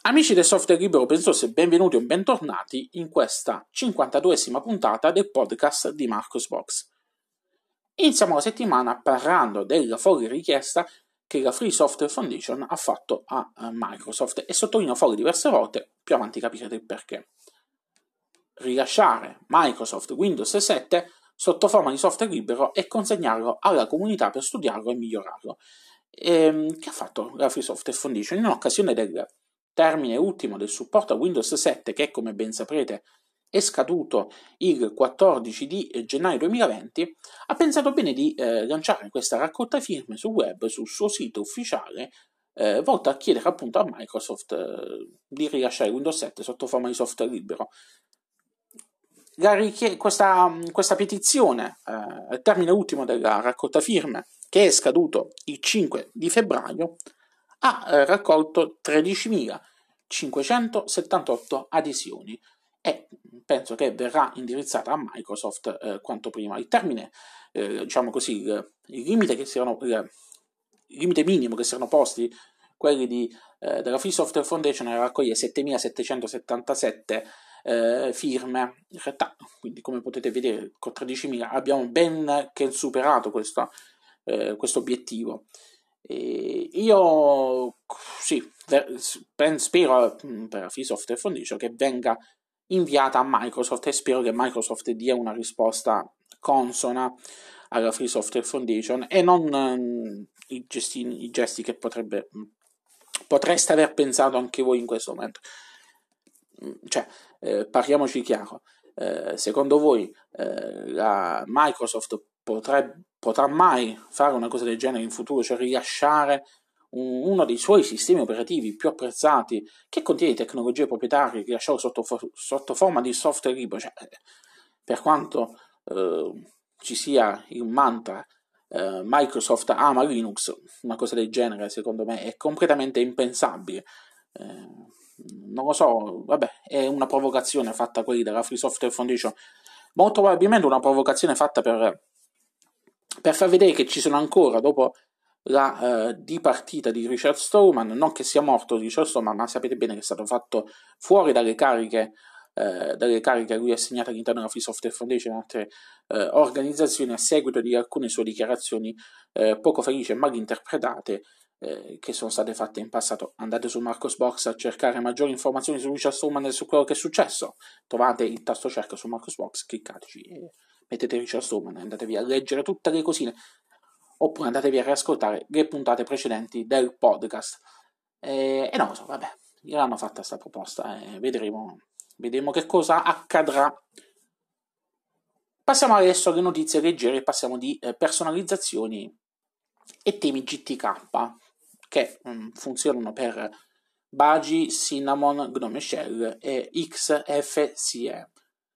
Amici del software libero open source, benvenuti o bentornati in questa 52esima puntata del podcast di Marcosbox. Iniziamo la settimana parlando della folle richiesta che la Free Software Foundation ha fatto a Microsoft e sottolineo folle diverse volte, più avanti capirete il perché. Rilasciare Microsoft Windows 7 sotto forma di software libero e consegnarlo alla comunità per studiarlo e migliorarlo. Che ha fatto la Free Software Foundation in occasione del termine ultimo del supporto a Windows 7 che, come ben saprete, è scaduto il 14 di gennaio 2020, ha pensato bene di lanciare questa raccolta firme sul web, sul suo sito ufficiale, volta a chiedere appunto a Microsoft di rilasciare Windows 7 sotto forma di software libero. Questa petizione, al termine ultimo della raccolta firme, che è scaduto il 5 di febbraio, ha raccolto 13.578 adesioni e penso che verrà indirizzata a Microsoft quanto prima. Il termine, diciamo così, il limite minimo che si erano posti quelli della Free Software Foundation era raccogliere 7.777 firme. In realtà, quindi, come potete vedere, con 13.000 abbiamo ben che superato questo obiettivo. Io sì, spero per la Free Software Foundation che venga inviata a Microsoft e spero che Microsoft dia una risposta consona alla Free Software Foundation e non i gesti che potreste aver pensato anche voi in questo momento. Cioè, parliamoci chiaro, secondo voi la Microsoft potrà mai fare una cosa del genere in futuro, cioè rilasciare uno dei suoi sistemi operativi più apprezzati che contiene tecnologie proprietarie, rilasciarlo sotto forma di software libero? Cioè, per quanto ci sia il mantra Microsoft ama Linux, una cosa del genere secondo me è completamente impensabile. Non lo so, vabbè, è una provocazione fatta quelli della Free Software Foundation, molto probabilmente una provocazione fatta per far vedere che ci sono ancora, dopo la dipartita di Richard Stallman, non che sia morto Richard Stallman, ma sapete bene che è stato fatto fuori dalle cariche a lui assegnate all'interno della Free Software Foundation e altre organizzazioni a seguito di alcune sue dichiarazioni poco felici e mal interpretate che sono state fatte in passato. Andate su Marcosbox a cercare maggiori informazioni su Richard Stallman e su quello che è successo. Trovate il tasto cerca su Marcosbox, cliccateci e mettete Richard Stallman e andatevi a leggere tutte le cosine, oppure andatevi a riascoltare le puntate precedenti del podcast. E non lo so, vabbè, gliel'hanno fatta questa proposta e vedremo che cosa accadrà. Passiamo adesso alle notizie leggere e passiamo di personalizzazioni e temi GTK che funzionano per Budgie, Cinnamon, Gnome Shell e XFCE.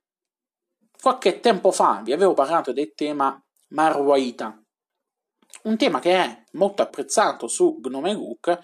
Qualche tempo fa vi avevo parlato del tema Marwaita, un tema che è molto apprezzato su Gnome Look,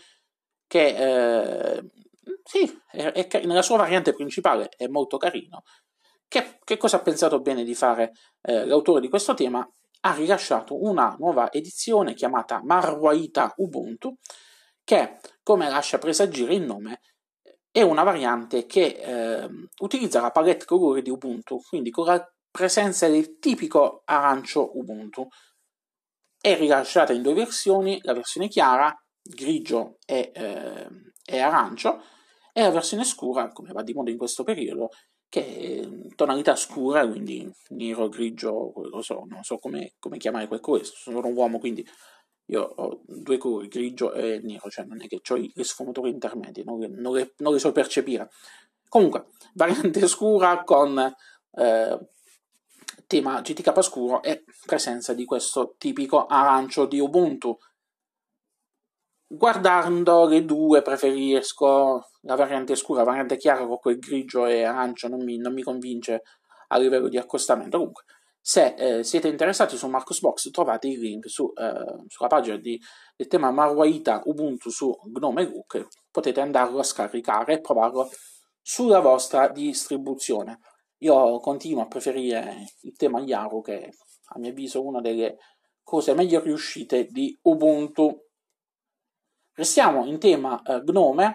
che sì, nella sua variante principale è molto carino. Che cosa ha pensato bene di fare l'autore di questo tema? Ha rilasciato una nuova edizione chiamata Marwaita Ubuntu, che, come lascia presagire il nome, è una variante che utilizza la palette colori di Ubuntu, quindi con la presenza del tipico arancio Ubuntu. È rilasciata in due versioni, la versione chiara, grigio e arancio, e la versione scura, come va di moda in questo periodo, che è tonalità scura, quindi nero, grigio, non so come chiamare quel colore. Sono un uomo, quindi io ho due colori, grigio e nero, cioè non è che ho le sfumature intermedie, non le so percepire. Comunque, variante scura con tema GTK scuro e presenza di questo tipico arancio di Ubuntu. Guardando le due preferisco la variante scura, la variante chiara con quel grigio e arancio non mi convince a livello di accostamento. Comunque, se siete interessati su Marcosbox trovate il link sulla pagina del tema Marwaita Ubuntu su Gnome Look, potete andarlo a scaricare e provarlo sulla vostra distribuzione. Io continuo a preferire il tema Yaru, che è, a mio avviso, una delle cose meglio riuscite di Ubuntu. Restiamo in tema Gnome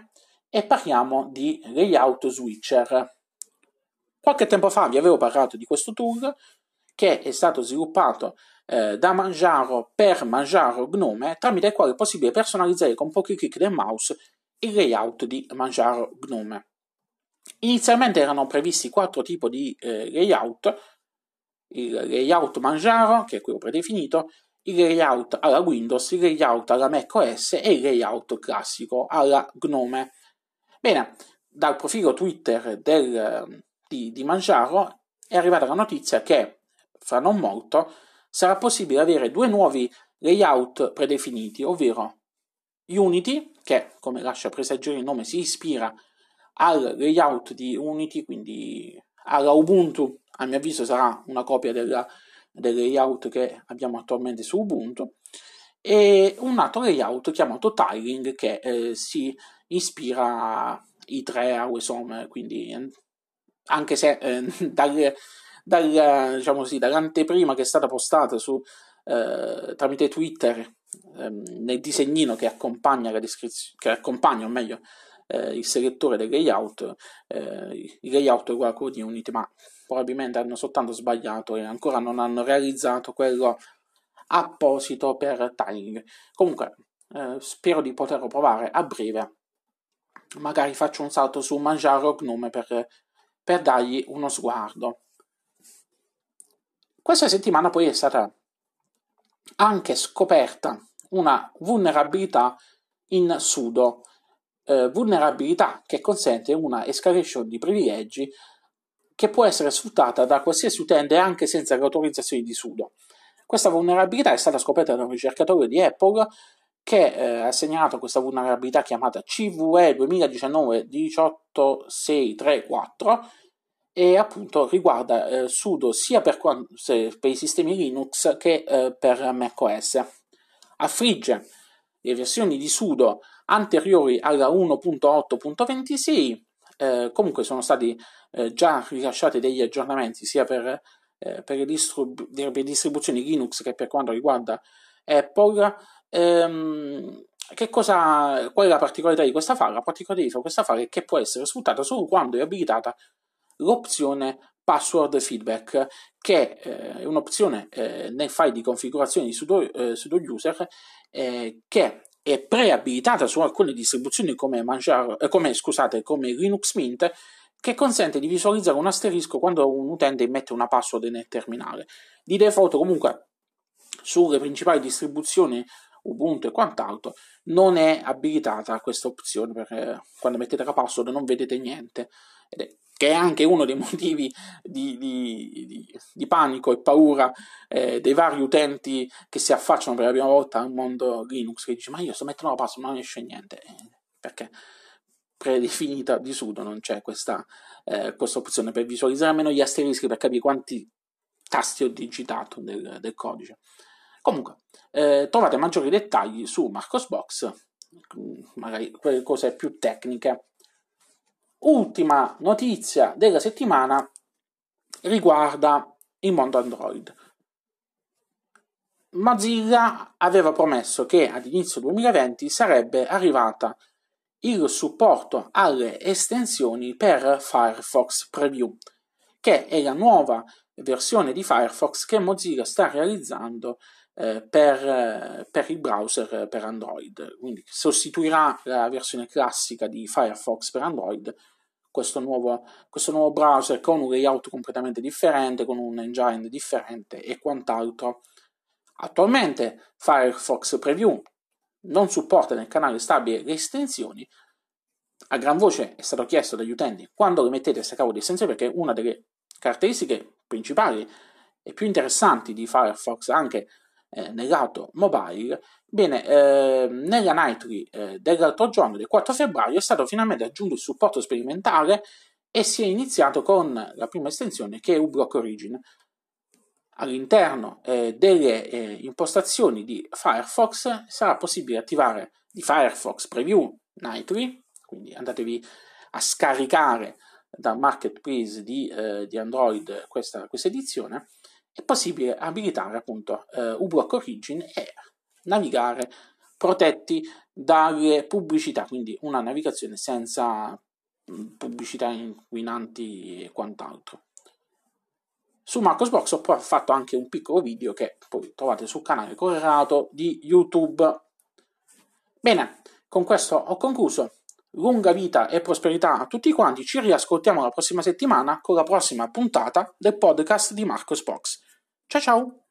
e parliamo di Layout Switcher. Qualche tempo fa vi avevo parlato di questo tool che è stato sviluppato da Manjaro per Manjaro Gnome, tramite il quale è possibile personalizzare con pochi clic del mouse il layout di Manjaro Gnome. Inizialmente erano previsti 4 tipi di layout: il layout Manjaro, che è quello predefinito, il layout alla Windows, il layout alla macOS e il layout classico alla Gnome. Bene, dal profilo Twitter di Manjaro è arrivata la notizia che fra non molto sarà possibile avere 2 nuovi layout predefiniti, ovvero Unity, che come lascia presagire il nome si ispira al layout di Unity, quindi alla Ubuntu. A mio avviso sarà una copia del layout che abbiamo attualmente su Ubuntu, e un altro layout chiamato Tiling che si ispira a i3, a Wesome, quindi anche se diciamo così, dall'anteprima che è stata postata su tramite Twitter, nel disegnino che accompagna la descrizione, che accompagna, o meglio, il selettore del layout, il layout è uguale a quello di Unity, ma probabilmente hanno soltanto sbagliato e ancora non hanno realizzato quello apposito per Tiling. Comunque spero di poterlo provare a breve. Magari faccio un salto su Manjaro Gnome per dargli uno sguardo. Questa settimana poi è stata anche scoperta una vulnerabilità in sudo, vulnerabilità che consente una escalation di privilegi che può essere sfruttata da qualsiasi utente anche senza le autorizzazioni di sudo. Questa vulnerabilità è stata scoperta da un ricercatore di Apple che ha segnalato questa vulnerabilità chiamata CVE 2019-18634, e appunto riguarda sudo sia per i sistemi Linux che per macOS. Affligge le versioni di sudo anteriori alla 1.8.26. Comunque sono stati già rilasciati degli aggiornamenti sia per le distribuzioni Linux che per quanto riguarda Apple. Qual è la particolarità di questa file? La particolarità di questa file è che può essere sfruttata solo quando è abilitata l'opzione password feedback, che è un'opzione nel file di configurazione di sudo user che è preabilitata su alcune distribuzioni come Linux Mint, che consente di visualizzare un asterisco quando un utente immette una password nel terminale. Di default comunque sulle principali distribuzioni Ubuntu e quant'altro non è abilitata questa opzione, perché quando mettete la password non vedete niente, che è anche uno dei motivi di panico e paura dei vari utenti che si affacciano per la prima volta al mondo Linux, che dice: ma io sto mettendo la password, ma non esce niente, perché predefinita di sudo non c'è questa opzione per visualizzare almeno gli asterischi, per capire quanti tasti ho digitato del codice. Comunque trovate maggiori dettagli su Marcosbox, magari quelle cose più tecniche. Ultima notizia della settimana riguarda il mondo Android. Mozilla aveva promesso che ad inizio 2020 sarebbe arrivata il supporto alle estensioni per Firefox Preview, che è la nuova versione di Firefox che Mozilla sta realizzando per il browser per Android. Quindi sostituirà la versione classica di Firefox per Android, questo nuovo browser con un layout completamente differente, con un engine differente e quant'altro. Attualmente Firefox Preview non supporta nel canale stabile le estensioni. A gran voce è stato chiesto dagli utenti quando le mettete queste cavolo di estensioni, perché una delle caratteristiche principali e più interessanti di Firefox anche nel lato mobile. Bene, nella Nightly dell'altro giorno, del 4 febbraio, è stato finalmente aggiunto il supporto sperimentale e si è iniziato con la prima estensione, che è uBlock Origin. All'interno delle impostazioni di Firefox sarà possibile attivare di Firefox Preview Nightly, quindi andatevi a scaricare dal marketplace di Android questa edizione. È possibile abilitare appunto uBlock Origin e navigare protetti dalle pubblicità, quindi una navigazione senza pubblicità inquinanti e quant'altro. Su Marcosbox ho poi fatto anche un piccolo video che poi trovate sul canale Corrado di YouTube. Bene, con questo ho concluso. Lunga vita e prosperità a tutti quanti. Ci riascoltiamo la prossima settimana con la prossima puntata del podcast di Marcosbox. Ciao ciao!